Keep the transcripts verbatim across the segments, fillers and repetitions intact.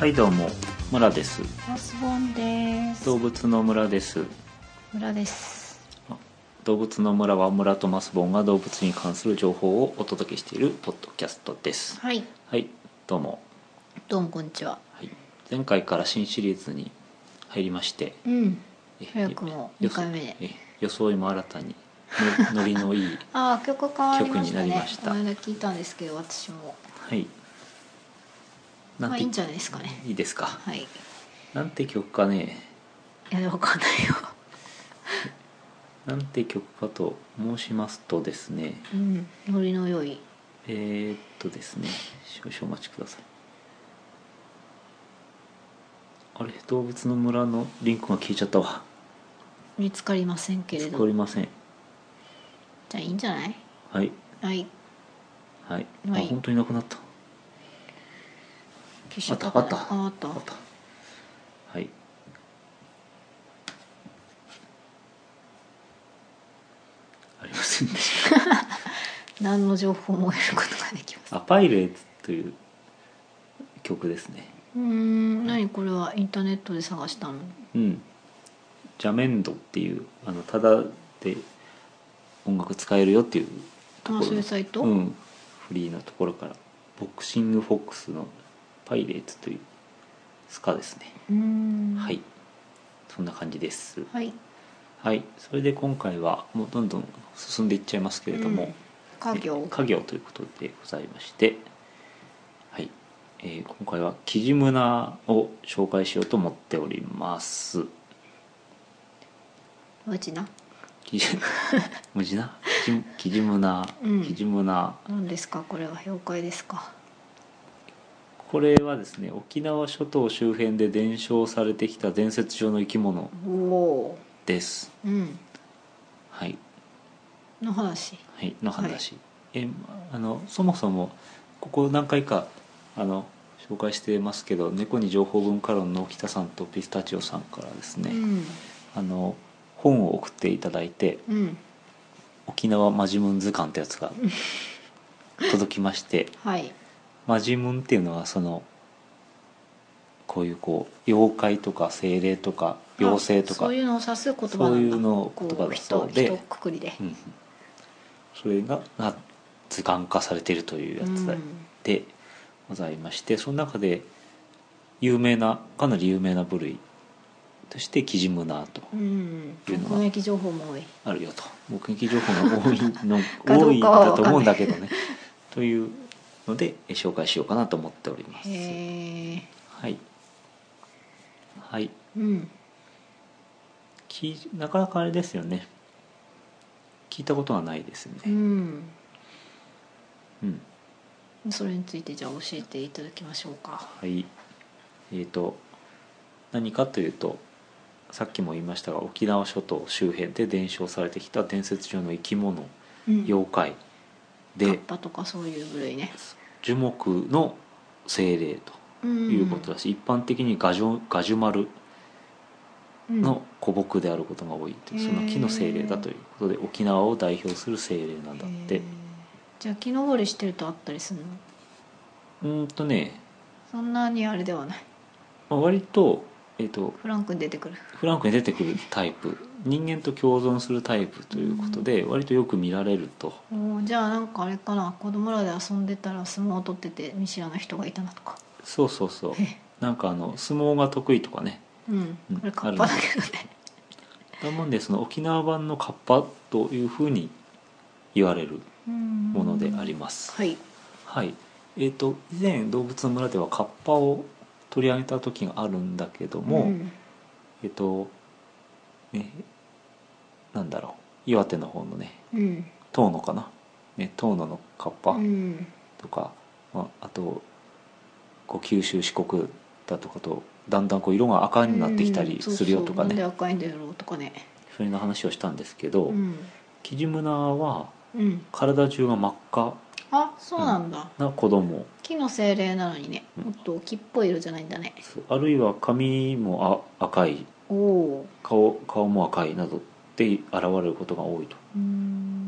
はいどうも、村です。 マスボンです。 動物の村です。 村です。 動物の村は村とマスボンが動物に関する情報をお届けしているポッドキャストです。 はい。 はい、どうも。 どうもこんにちは。 はい、前回から新シリーズに入りまして、 うん。 え早くもにかいめで。 え装いも新たにのノリのいいああ、曲変わりましたね。 曲になりました。 この間聞いたんですけど、私も。 はい。なんて、 まあいいんじゃないですかね。 いいですか。 はい。 なんて曲かね。 いやわかんないよ。 なんて曲かと申しますとですね。 うん。ノリの良い。 えー、っとですね。少々お待ちください。あれ、動物の村のリンクが消えちゃったわ。 見つかりませんけれど。 見つかりません。 じゃあいいんじゃない？ はい。 はいはい。 はい、 あ、本当になくなった。 消しちゃったあった。 かな。あ、あった。 あった。はい。ありませんでした。 何の情報も得ることができます。 あ、パイレーツという曲ですね。 うーん、何これはインターネットで探したの？ うん。ジャメンドっていうあのただで音楽使えるよっていうところの、 あ、そういうサイト？ うん、フリーなところからボクシングフォックスのパイレーツというスカですね。 うーん。 はい。そんな感じです。 はい。 はい、それで今回はもうどんどん進んでいっちゃいますけれども、うん、 家業家業ということでございまして、はい、えー、今回はキジムナを紹介しようと思っております。 無事なキジ無事なキジムナ、キジムナ、 何ですかこれは？妖怪ですか？ これはですね、沖縄諸島周辺で伝承されてきた伝説上の生き物です。 うん、 はいの話、 はい、の話、はい、えあのそもそもここ何回かあの紹介してますけど、猫に情報文化論の北さんとピスタチオさんからですね、うん、あの本を送っていただいて、うん、沖縄マジムン図鑑ってやつが届きまして、はい、マジムンっていうのはそのこういうこう妖怪とか精霊とか妖精とかそういうのを指す言葉なんだ。 そういうの言葉だそうで、 一括りで、うん、 それが図鑑化されているというやつでございまして、その中で有名なかなり有名な部類としてキジムナーというのが目撃情報も多いあるよと。目撃情報が多いの多いだと思うんだけどねというので紹介しようかなと思っております。へはいはい、うん、なかなかあれですよね、聞いたことはないですよね。うんうん、それについてじゃあ教えていただきましょうか。 はい、えーと何かというと、さっきも言いましたが沖縄諸島周辺で伝承されてきた伝説上の生き物、うん、妖怪で、 カッパとかそういう部類ね、 樹木の精霊ということだし、うん、一般的にガジュガジュマルの古木であることが多いという、うん、その木の精霊だということで沖縄を代表する精霊なんだって。 じゃあ木登りしてるとあったりするの？うんとねそんなにあれではない、 まあ、割と、えーと、 フランクに出てくるフランクに出てくるタイプ、人間と共存するタイプということで、うん、割とよく見られると。 じゃあなんかあれかな、子供らで遊んでたら相撲を取ってて見知らない人がいたなとか。 そうそうそう、なんかあの相撲が得意とかね、 うん、これカッパだけどね。 だもんでその沖縄版のカッパというふうに言われるものであります。はい、はい、えーと以前動物の村ではカッパを取り上げた時があるんだけども、うん、えっ、ー、とねなんだろう、岩手の方のね、うん、遠野かな、ね、遠野のカッパとか、うん、まあ、あとこう九州四国だとかとだんだんこう色が赤になってきたりするよとかね、うん、そうそう、なんで赤いんだろうとかね、それの話をしたんですけど、うん、キジムナは体中が真っ赤、 あ、そうなんだ、 うん、な子供、木の精霊なのにね、もっと木っぽい色じゃないんだね、 うん、あるいは髪もあ赤い、お顔顔も赤いなどで現れることが多いと。うーん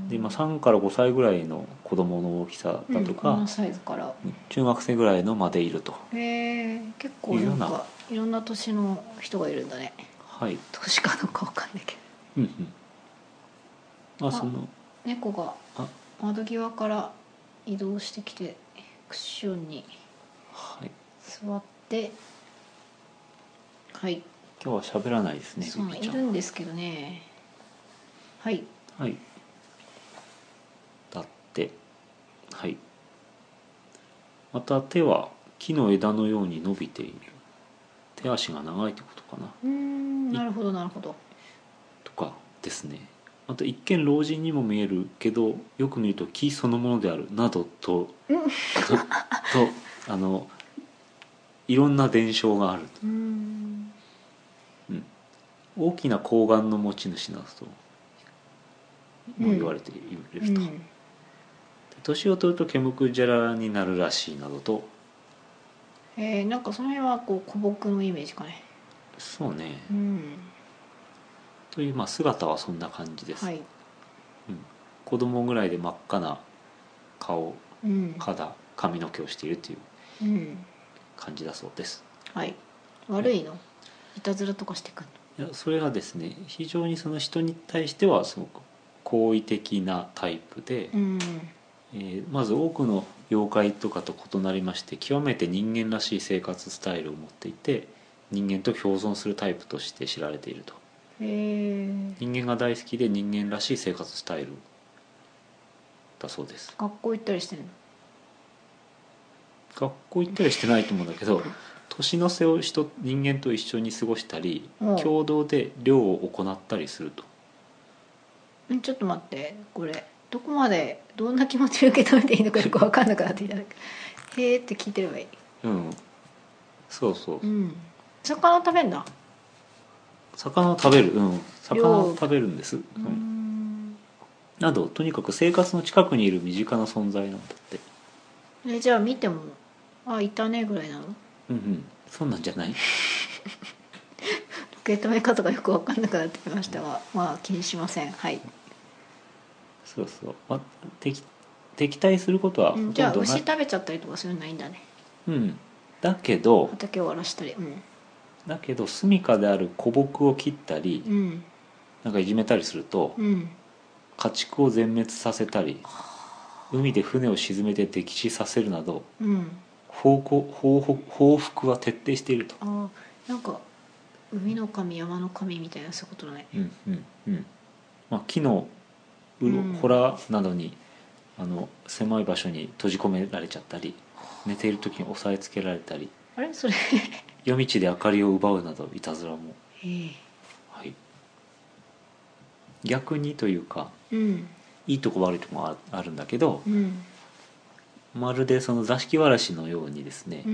で、まあ、さんからごさいぐらいの子供の大きさだとか、 うん、このサイズから中学生ぐらいのまでいると。 へえ、結構なんかいろんな年の人がいるんだね。 はい。 年かどうかわかんないけど。 うんうん。まあその猫があ窓際から移動してきてクッションに座って、はい、はい、 今日は喋らないですね。 そういるんですけどね。はいはい。だってはい。また手は木の枝のように伸びている。手足が長いってことかな。 うーん、なるほどなるほど。 とかですね。また一見老人にも見えるけどよく見ると木そのものであるなどとととあのいろんな伝承がある。 うーん、 うん、大きな睾丸の持ち主などとも言われていると、うん、年を取ると毛むくじゃらになるらしいなどと。 えー、なんかその辺はこう古木のイメージかね。 そうね、 うん、 という、まあ、姿はそんな感じです、はい、うん、子供ぐらいで真っ赤な顔、うん、肌髪の毛をしているという感じだそうです、 うん、はい。悪いの、はい、いたずらとかしてくるの？いや、それがですね、非常にその人に対してはすごく好意的なタイプで、うん、えー、まず多くの妖怪とかと異なりまして極めて人間らしい生活スタイルを持っていて人間と共存するタイプとして知られていると。へー。人間が大好きで人間らしい生活スタイルだそうです。 学校行ったりしてるの？ 学校行ったりしてないと思うんだけど年の瀬を人人間と一緒に過ごしたり共同で漁を行ったりすると。 ちょっと待って、これどこまでどんな気持ちを受け止めていいのかよく分かんなくなってきた。へーって聞いてればいい。 うん、そうそう、うん、 魚食べんだ。 魚を食べる、うん、魚を食べるんです、うん、などとにかく生活の近くにいる身近な存在なんだって。 えじゃあ見てもあいたねぐらいなの？ うんうん、そうなんじゃない受け止め方がよく分かんなくなってきましたが、まあ気にしません。はい。 そうそう、まあ、敵敵対することはほとんどない、うん、 じゃあ牛食べちゃったりとかするのはいいんだね。 うん、だけど畑を荒らしたり、うん、 だけど住処である古木を切ったり、うん、なんかいじめたりすると、うん、家畜を全滅させたり海で船を沈めて溺死させるなど、うん、報告報復報復は徹底していると。 あ、なんか海の神山の神みたいなそういうことだね。 うんうんうん。まあ、木の洞らなどに、うん、あの狭い場所に閉じ込められちゃったり寝ている時に押さえつけられたり、 あれそれ夜道で明かりを奪うなどいたずらも、 へはい、逆にというか、 うん、 いいとこ悪いとこもあるんだけど、 うん、 まるでその座敷わらしのようにですね、うん、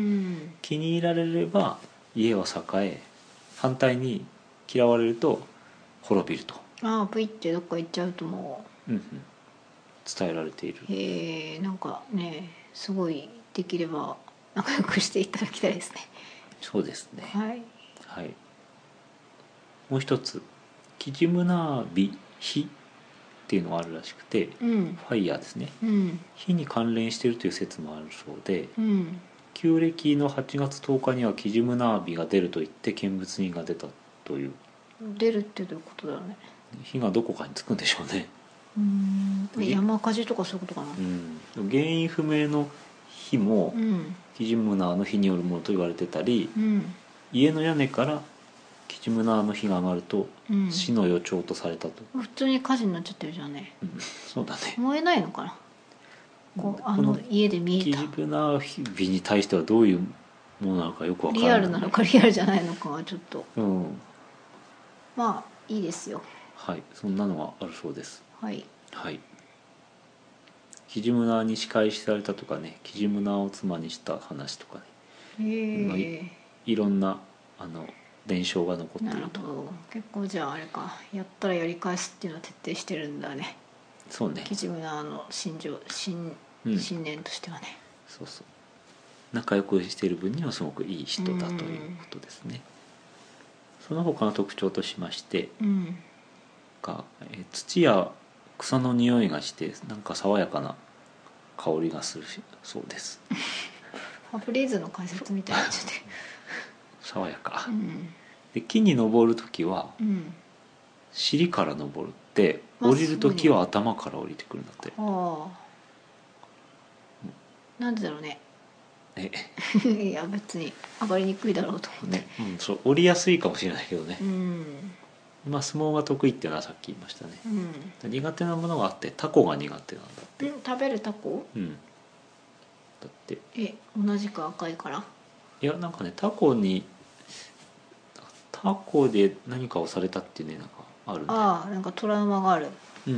気に入られれば家は栄え反対に嫌われると滅びると。 ああ、プイってどっか行っちゃうともう、うんうん、伝えられている。 へえ、なんかねすごいできれば仲良くしていただきたいですね。 そうですね、 はい、 はい、もう一つキジムナービ火っていうのがあるらしくて、うん、ファイヤーですね、うん、火に関連しているという説もあるそうで、うん、旧暦のはちがつとおかにはキジムナービが出ると言って見物人が出たという。 出るってどういうことだろうね。 火がどこかにつくんでしょうね。 うーん、山火事とかそういうことかな、 うん、原因不明の火も、うん、キジムナーの火によるものと言われてたり、うん、家の屋根からキジムナーの火が上がると、うん、死の予兆とされたと。 普通に火事になっちゃってるじゃんね、 うん、そうだね。 燃えないのかな、こうあの家で見えたキジムナー火に対してはどういうものなのかよくわからない。 リアルなのかリアルじゃないのかはちょっと、うん、まあいいですよ。 はい、そんなのがあるそうです。 はい、 はい、キジムナーに仕返しされたとかね、キジムナーを妻にした話とかね、へい, いろんなあの伝承が残っていると。なるほど、 結構じゃああれか、やったらやり返すっていうのは徹底してるんだね。 そうね、 キジムナーの信条 信,、信念としてはね。 そうそう、仲良くしている分にはすごくいい人だということですね。その他の特徴としまして、うん、が土や草の匂いがしてなんか爽やかな香りがするそうです。 ファブリーズの解説みたいになっちゃって爽やか、 うん、 で木に登る時は、 うん、 尻から登るって降りる時は頭から降りてくるんだって。 ああ、なんでだろうね。 えいや別に上がりにくいだろうと思って、 ね、うん、そう降りやすいかもしれないけどね、 うん、 まあ相撲が得意っていうのはさっき言いましたね、 うん、 苦手なものがあってタコが苦手なんだって、 うん、食べるタコ？ うん、だってえ、同じく赤いから？ いやなんかねタコにタコで何かをされたっていうねなんかあるんだよ。 ああ、なんかトラウマがある。 うん、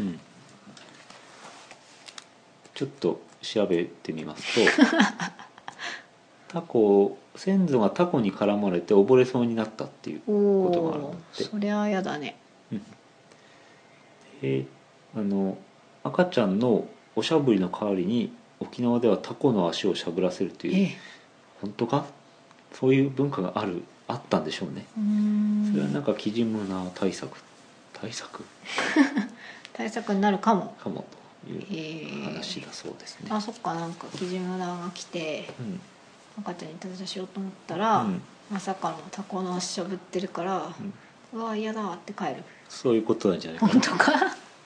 ちょっと調べてみますとタコ先祖がタコに絡まれて溺れそうになったっていうことがあるんだって。 そりゃ嫌だね。 うん、であの赤ちゃんのおしゃぶりの代わりに沖縄ではタコの足をしゃぶらせるという、本当かそういう文化があるあったんでしょうね。 うーん、 それはなんかキジムナー対策対策対策になるかもかもという話だそうですね。 あ、そっか。なんかキジムナーが来て、 うん、 赤ちゃんに手伝しようと思ったら、 うん、 まさかのタコの足しゃぶってるから、うん、うわ嫌だって帰る。 そういうことなんじゃないかな。 本当か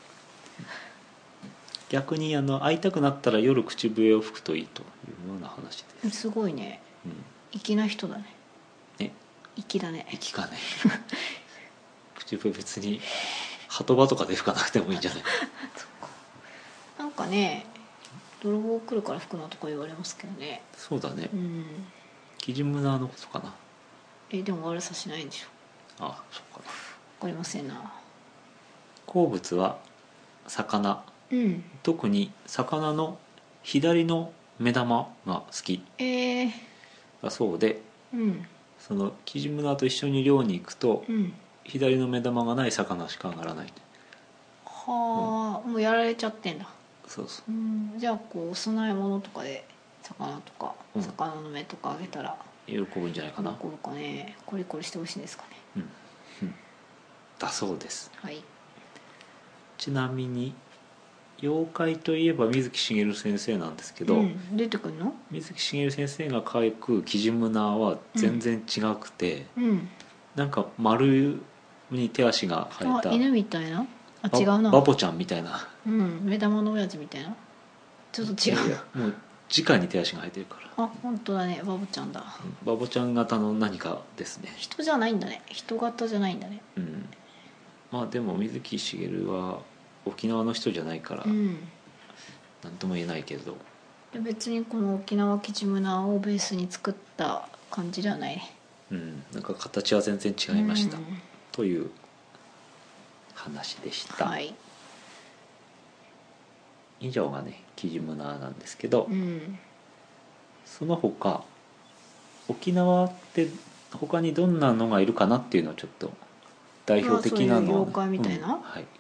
逆にあの会いたくなったら夜口笛を吹くといいというような話です。 すごいね、 うん、 粋な人だね。 ね、 粋だね。 粋かね口笛別に鳩場とかで吹かなくてもいいんじゃないそっか。なんかね、泥棒来るから吹くなとか言われますけどね。 そうだね、 うん、 キジムナーのことかな。 え、でも悪さしないんでしょ。 ああ、そうかな。 分かりませんな。 好物は魚、 うん、 特に魚の左の目玉が好きえー、 だそうで、 うん、 そのキジムナーと一緒に漁に行くと、 うん、 左の目玉がない魚しか上がらない。 はあ、うん、もうやられちゃってんだ。 そうそう、 うん、じゃあこうお供え物とかで魚とか、 うん、 魚の目とかあげたら喜ぶんじゃないかな。 喜ぶかね。コリコリしてほしいんですかね。 うん、うん、だそうです。 はい。 ちなみに妖怪といえば水木しげる先生なんですけど、 うん、出てくるの？ 水木しげる先生が描くキジムナーは全然違くて、 うん、 なんか丸に手足が生えたあ、犬みたいな。あ、違うな。 バボちゃんみたいな、 うん、目玉の親父みたいな。ちょっと違う。 もう直に手足が生えてるから。 あ、本当だね。バボちゃんだ。 バボちゃん型の何かですね。 人じゃないんだね。人型じゃないんだね。 うん、まあでも水木しげるは沖縄の人じゃないからうん、 何とも言えないけど、 で別にこの沖縄キジムナーをベースに作った感じではないね。 うん、なんか形は全然違いました、 うん、 という話でした、 はい。 以上がねキジムナーなんですけど、 うん、 その他沖縄って他にどんなのがいるかなっていうのをちょっと代表的なのを、 そういう妖怪みたいな、 うん、はい、 うん、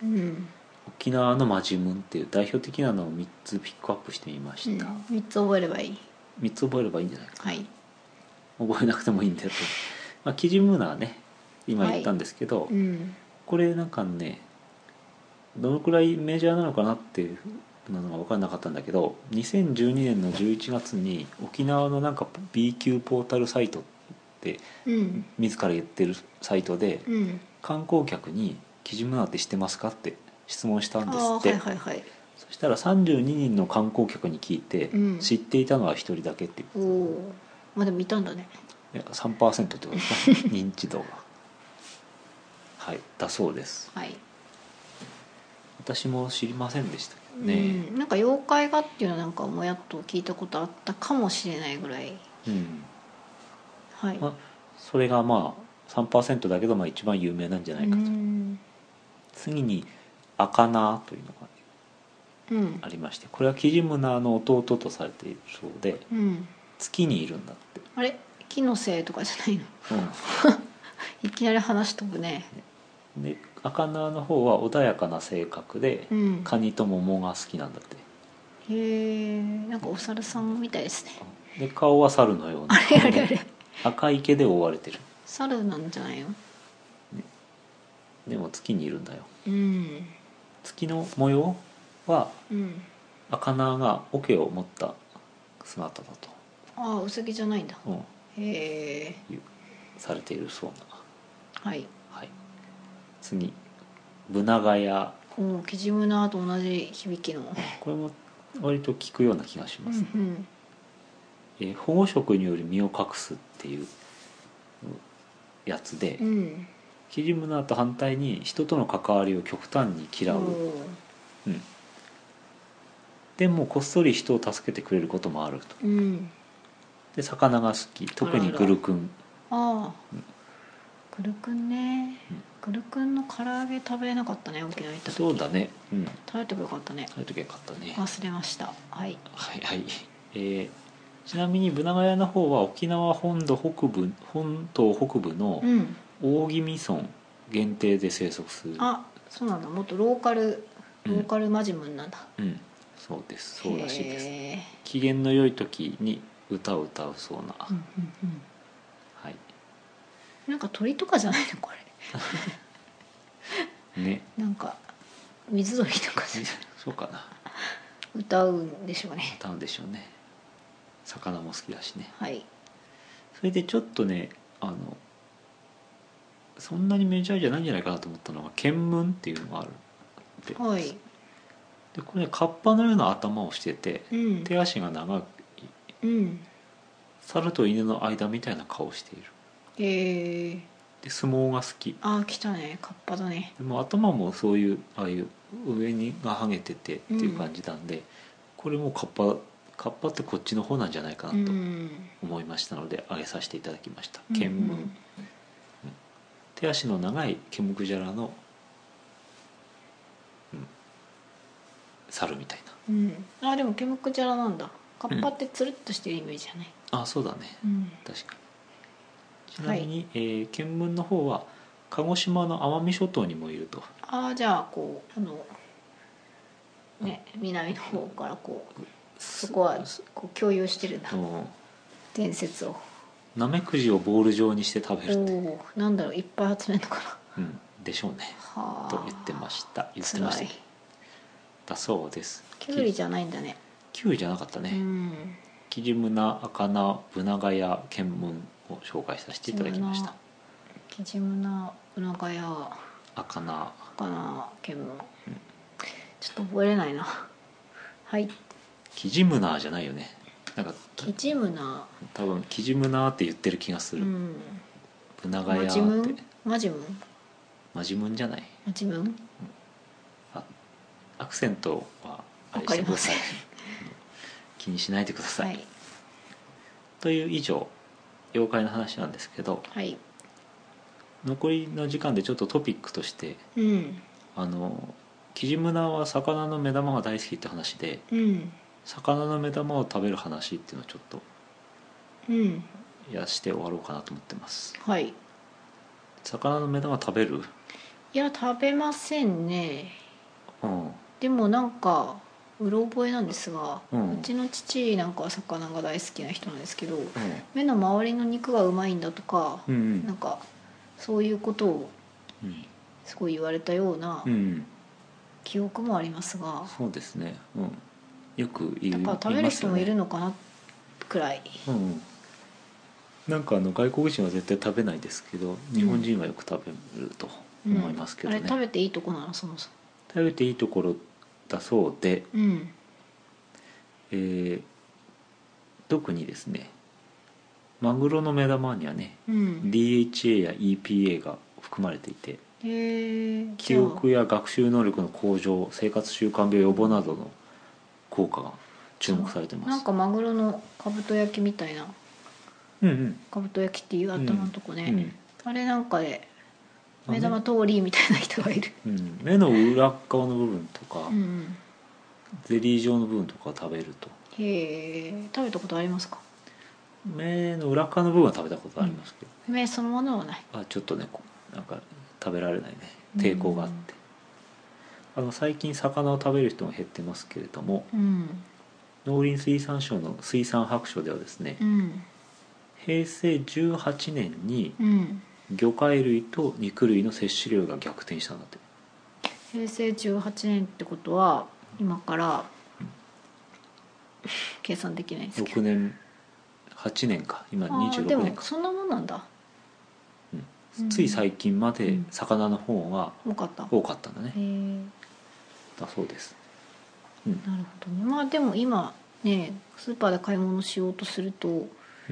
沖縄のマジムンっていう代表的なのをみっつピックアップしてみました、うん、 みっつ覚えればいい。 みっつ覚えればいいんじゃないかな、 はい、 覚えなくてもいいんだよと、まあ、キジムナーね今言ったんですけど、 はい、うん、 これなんかねどのくらいメジャーなのかなっていうのが分からなかったんだけど、にせんじゅうにねんのじゅういちがつに沖縄のなんか B 級ポータルサイトって自ら言ってるサイトで、 うん、 観光客に「キジムナーって知ってますか?」って質問したんですって、 はいはいはい、 そしたらさんじゅうににんの観光客に聞いて、うん、知っていたのはひとりだけっていう。 おお、まあでも見たんだね。 いや さんパーセント ってことですね認知度がはいだそうです。 はい、 私も知りませんでしたけどね、 うん、なんか妖怪がっていうのはなんかもやっと聞いたことあったかもしれないぐらい、 うん、 はい、 まあ、それがまあ さんパーセント だけどまあ一番有名なんじゃないかと。次にアカナーというのがありまして、これはキジムナーの弟とされているそうで、うん、月にいるんだって。 あれ木のせいとかじゃないの、うん、いきなり話飛ぶね。 でアカナーの方は穏やかな性格で、うん、カニと桃が好きなんだって。 へえ、なんかお猿さんみたいですね。 で顔は猿のようなあれあれあれ赤い毛で覆われてる。 猿なんじゃないの、ね、 でも月にいるんだよ、 うん、 月の模様は、 うん、 茜が桶を持った姿だと。 ああ、ウサギじゃないんだ。 うん、 へえ。 されているそうな。はい。 はい。次、ブナガヤ。 おお、キジムナーと同じ響きの。 これも割と聞くような気がします、ね。 うんうん、 えー、保護色により身を隠すっていうやつで、 うん、 キジムナーと反対に人との関わりを極端に嫌う、うん、でもこっそり人を助けてくれることもあると、 うん、 で魚が好き、特にグルクン。 ああ、うん、グルクンね、うん、グルクンの唐揚げ食べれなかったね、沖縄行った時。 そうだね、うん、 食べてもよかったね。 食べときゃよかったね。 忘れました。はいはいはい。えー、ちなみにブナガヤの方は沖縄本土北部本島北部の大宜味村限定で生息する、うん、 あ、そうなんだ。もっとローカルローカルマジムンなんだ。 うん、うん、そうです、そうらしいです。機嫌の良い時に歌を歌うそうな、うんうんうん、はい。 なんか鳥とかじゃないのこれね。なんか水鳥とかじゃないそうかな。 歌うんでしょうね。 歌うんでしょうね。魚も好きだしね。 はい。 それでちょっとね、あのそんなにメジャーじゃないんじゃないかなと思ったのがケンムンっていうのがあるって、はい、でこれね、カッパのような頭をしてて、うん、手足が長い、うん、猿と犬の間みたいな顔をしている。へえ。で相撲が好き。 ああ、来たね、カッパだね。 でも頭もそういうああいう上にがはげててっていう感じなんで、うん、これもカッパカッパってこっちの方なんじゃないかなと思いましたので挙げさせていただきました。ケンムン、うんうん、手足の長いケムクジャラの、うん、猿みたいな、 うん、あでもケムクジャラなんだ。カッパってつるっとしてるイメージじゃない、 うん、あそうだね、うん、確かに。ちなみに、はい、えー、ケンムンの方は鹿児島の奄美諸島にもいると。 ああ、じゃあこうあのね、南の方からこうそこはこう共有してるんだ、うん、伝説を。 ナメクジをボール状にして食べるって。 おなんだろう、いっぱい集めるのかな。うんでしょうねと言ってました言ってましただそうです。 キュウリじゃないんだね。 キュウリじゃなかったね。キジムナ、アカナ、ブナガヤ、ケンムンを紹介させていただきました。 キジムナ、ブナガヤ、 アカナ、アカナ、ケンムン、うん、ちょっと覚えれないな。はい。 キジムナーじゃないよね。なんかキジムナー多分キジムナーって言ってる気がする、うん、ブナガヤってマジムンマジムンじゃない。 マジムン、うん、 あアクセントはあれしてください気にしないでください、はい、という以上妖怪の話なんですけど、はい、残りの時間でちょっとトピックとして、うん、あのキジムナは魚の目玉が大好きって話で、うん、魚の目玉を食べる話っていうのをちょっと、うん、やして終わろうかなと思ってます。はい。魚の目玉食べる？ いや食べませんね、うん、でもなんかうろ覚えなんですが、うん、うちの父なんかは魚が大好きな人なんですけど、うん、目の周りの肉がうまいんだとか、うんうん、なんかそういうことをすごい言われたような記憶もありますが、うんうん、 そうですね、うん、よく言いますよね。 やっぱ食べる人もいるのかなくらい、うん、 なんかあの外国人は絶対食べないですけど日本人はよく食べると思いますけどね、 うんうん、あれ食べていいとこなの？そもそも食べていいところだそうで、うん、えー、特にですねマグロの目玉にはね、うん、ディーエイチエー や イーピーエー が含まれていて、へ記憶や学習能力の向上、生活習慣病予防などの効果が注目されてます。 なんかマグロのかぶと焼きみたいな、うんうん、かぶと焼きっていう頭のとこね、うんうん、あれなんかで目玉通りみたいな人がいる、 うん、目の裏側の部分とか、うん、ゼリー状の部分とかを食べると。 へえ、食べたことありますか？ 目の裏側の部分は食べたことありますけど、ね、 うん、目そのものはない。 あちょっとねなんか食べられないね、抵抗があって、うん、あの最近魚を食べる人が減ってますけれども、うん、農林水産省の水産白書ではですね、うん、へいせいじゅうはちねんに魚介類と肉類の摂取量が逆転したんだって。 へいせいじゅうはちねんってことは今から計算できないですけどろくねんはちねんか、今にじゅうろくねんか。 でもそんなもんなんだ、 うん、つい最近まで魚の方が多かったんだね、 うん、 だそうです、 うん、なるほどね。まあでも今ねスーパーで買い物しようとすると、うん、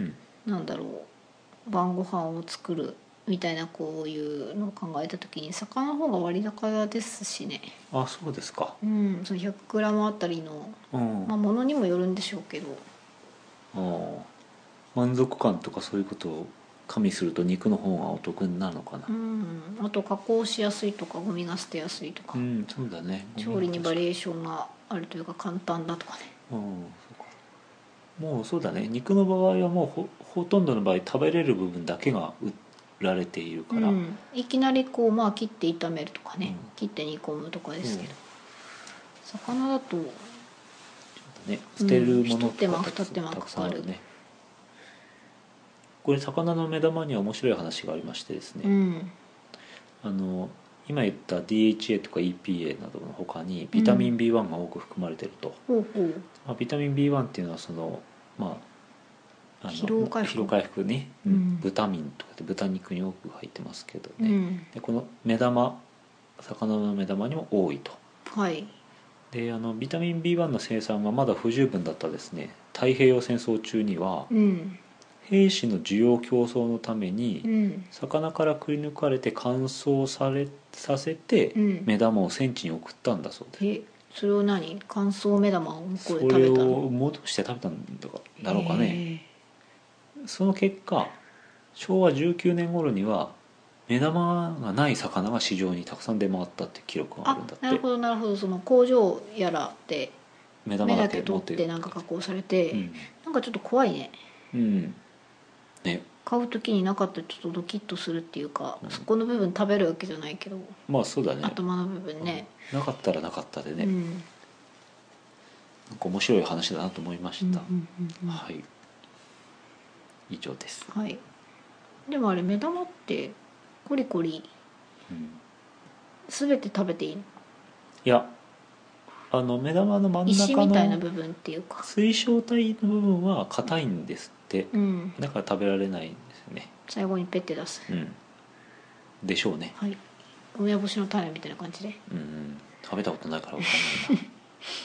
なんだろう、晩ご飯を作るみたいなこういうのを考えた時に魚の方が割高ですしね。 あ、そうですか。 うん、その ひゃくグラム あたりの、うん、まあ物にもよるんでしょうけど、 あ満足感とかそういうことを加味すると肉の方がお得になるのかな。うん、 あと加工しやすいとかゴミが捨てやすいとか、 うん、そうだね、 調理にバリエーションがあるというか簡単だとかね。 うん、そうか。もうそうだね、肉の場合はもう ほ, ほとんどの場合食べれる部分だけが売られているから、うん、 いきなりこう、まあ、切って炒めるとかね、うん、切って煮込むとかですけど、魚だと、 ね、捨てるものとかたくさんあるね。 これ魚の目玉には面白い話がありましてですね、うん、あの今言った ディーエイチエー とか イーピーエー などの他にビタミン ビーワン が多く含まれていると、うん、まあ、ビタミン ビーワン っていうのはその、まあ、あの疲労回復、疲労回復に、うん、ブタミンとかって豚肉に多く入ってますけどね、うん、でこの目玉、魚の目玉にも多いと、はい、であのビタミン ビーワン の生産がまだ不十分だったですね太平洋戦争中には、うん、兵士の需要競争のために、うん、魚からくり抜かれて乾燥されさせて、うん、目玉を戦地に送ったんだそうです。 えそれを何、乾燥目玉を向こうで食べたの？ それを戻して食べたんだろうかね。その結果しょうわじゅうきゅうねん頃には目玉がない魚が市場にたくさん出回ったっていう記録があるんだって。 なるほどなるほど、その工場やらで目玉だけ取ってなんか加工されて、うん、なんかちょっと怖いね。うんね、買う時になかったらちょっとドキッとするっていうか、うん、そこの部分食べるわけじゃないけど、 まあそうだね、 頭の部分ね、 うん、なかったらなかったでね、うん、なんか面白い話だなと思いました、うんうんうんうん、はい以上です。 はい。でもあれ目玉ってコリコリ、うん、全て食べていいの？ いや、あの目玉の真ん中の石みたいな部分っていうか水晶体の部分は硬いんですって、うん、だから食べられないんですよね。 最後にペッて出す、 うん、でしょうね。 はい、梅干しの種みたいな感じで、 うん、食べたことないから分かんないな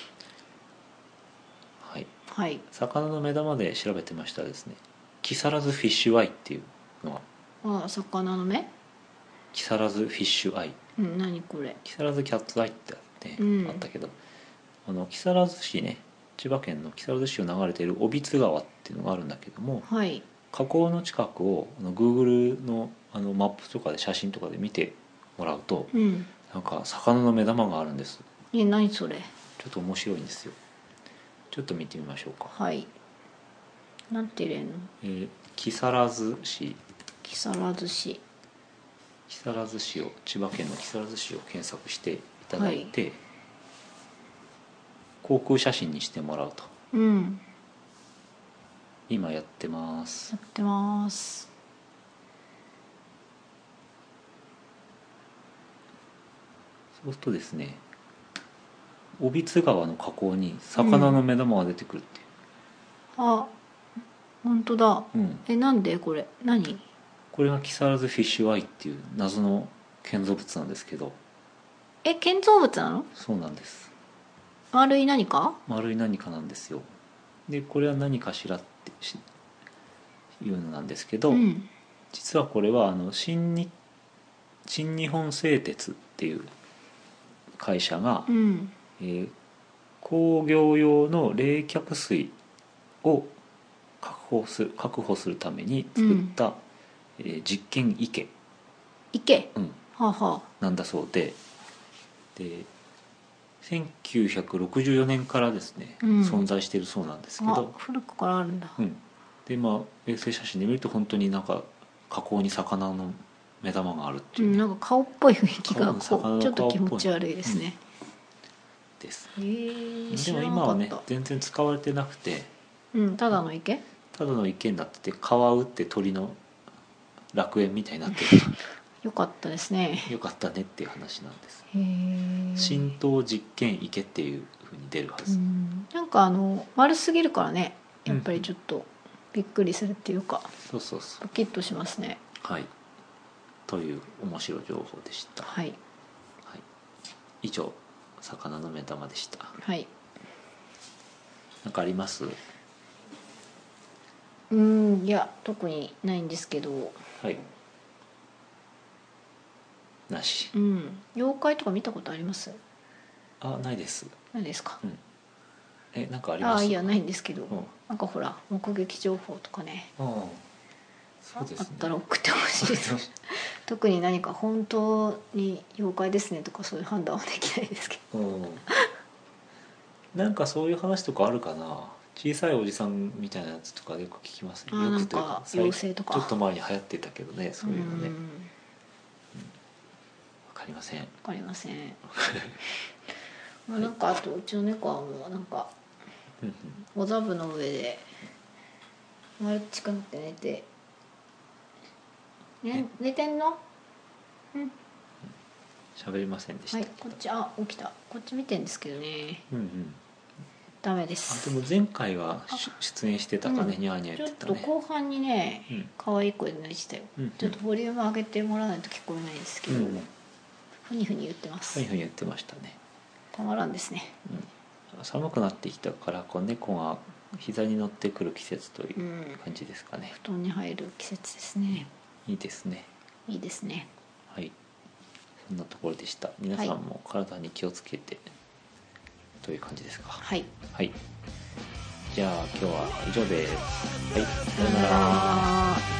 はい、はい、魚の目玉で調べてましたらですね、木更津フィッシュアイっていうのが、 ああ魚の目、 木更津フィッシュアイ、 うん、何これ、 木更津キャッツアイってあって、うん、あったけど、あの木更津市ね、千葉県の木更津市を流れている小櫃津川っていうのがあるんだけども、はい、河口の近くをあの Google の, あのマップとかで写真とかで見てもらうと、うん、なんか魚の目玉があるんです。 え、何それ、 ちょっと面白いんですよ。ちょっと見てみましょうか。 はい、なんて入れんの、 えー、木更津市、 木更津市、 木更津市を、千葉県の木更津市を検索していただいて、はい、航空写真にしてもらうと、うん、今やってますやってます。 そうするとですね、小櫃津川の河口に魚の目玉が出てくるっていう、 うん、あ、本当だ、うん、え、なんでこれ何、 これが木更津フィッシュアイっていう謎の建造物なんですけど。 え、建造物なの？ そうなんです。 丸い何か？ 丸い何かなんですよ。でこれは何かしらっていうのなんですけど、うん、実はこれはあの新日新日本製鉄っていう会社が、うん、えー、工業用の冷却水を確保する確保するために作った、うん、えー、実験池池、うん、はあはあ、 なんだそうで、でせんきゅうひゃくろくじゅうよねんからですね、うん、存在しているそうなんですけど、 古くからあるんだ、 うん、でまあ衛星写真で見ると本当になんか河口に魚の目玉があるっていう、ね、 うん、なんか顔っぽい雰囲気がこうちょっと気持ち悪いですね、 うん、です。へー、でも今はね全然使われてなくて、 うん、ただの池ただの池になってて、川打って鳥の楽園みたいになってるよかったですね。 よかったねっていう話なんです。へー、新島実験池っていうふうに出るはず。 うんなんかあの丸すぎるからねやっぱりちょっとびっくりするっていうか、 うん、そうそうそうドキッとしますね。 はいという面白い情報でした。 はい、 はい、以上魚の目玉でした。 はい。 なんかあります？ うんいや特にないんですけど。 はい。なし。 うん。妖怪とか見たことあります？ あ、ないです。 ないですか？ うん。え、なんかあります？ あ、いやないんですけど、 うん、 なんかほら目撃情報とかね。 ああ、そうですね。 あったら送ってほしいです。特に何か本当に妖怪ですねとかそういう判断はできないですけど。うん。 なんかそういう話とかあるかな。小さいおじさんみたいなやつとかよく聞きますね。よくというか妖精とかちょっと前に流行ってたけどね、そういうのね。うん、分かりません。分かりません。まあなんかあとうちの猫はもうなんかお座布の上で丸近くって寝て、ね、寝てんの？うん。 喋りませんでした。 はい、こっちあ起きた。こっち見てんですけどね。うんうん。ダメです。 あでも前回は出演してたかね、ニャーニャー言ってたね。 ちょっと後半にね、うん、可愛い声で泣いてたよ、うんうん、ちょっとボリューム上げてもらわないと聞こえないんですけど、うん、ふにふに言ってます。 ふにふに言ってましたね。 たまらんですね、 うん、寒くなってきたからこう猫が膝に乗ってくる季節という感じですかね、 うん、布団に入る季節ですね。 いいですね。 いいですね。 はい、そんなところでした。皆さんも体に気をつけて、はい、という感じですか。 はい、 はい、じゃあ今日は以上です。はい、さようなら。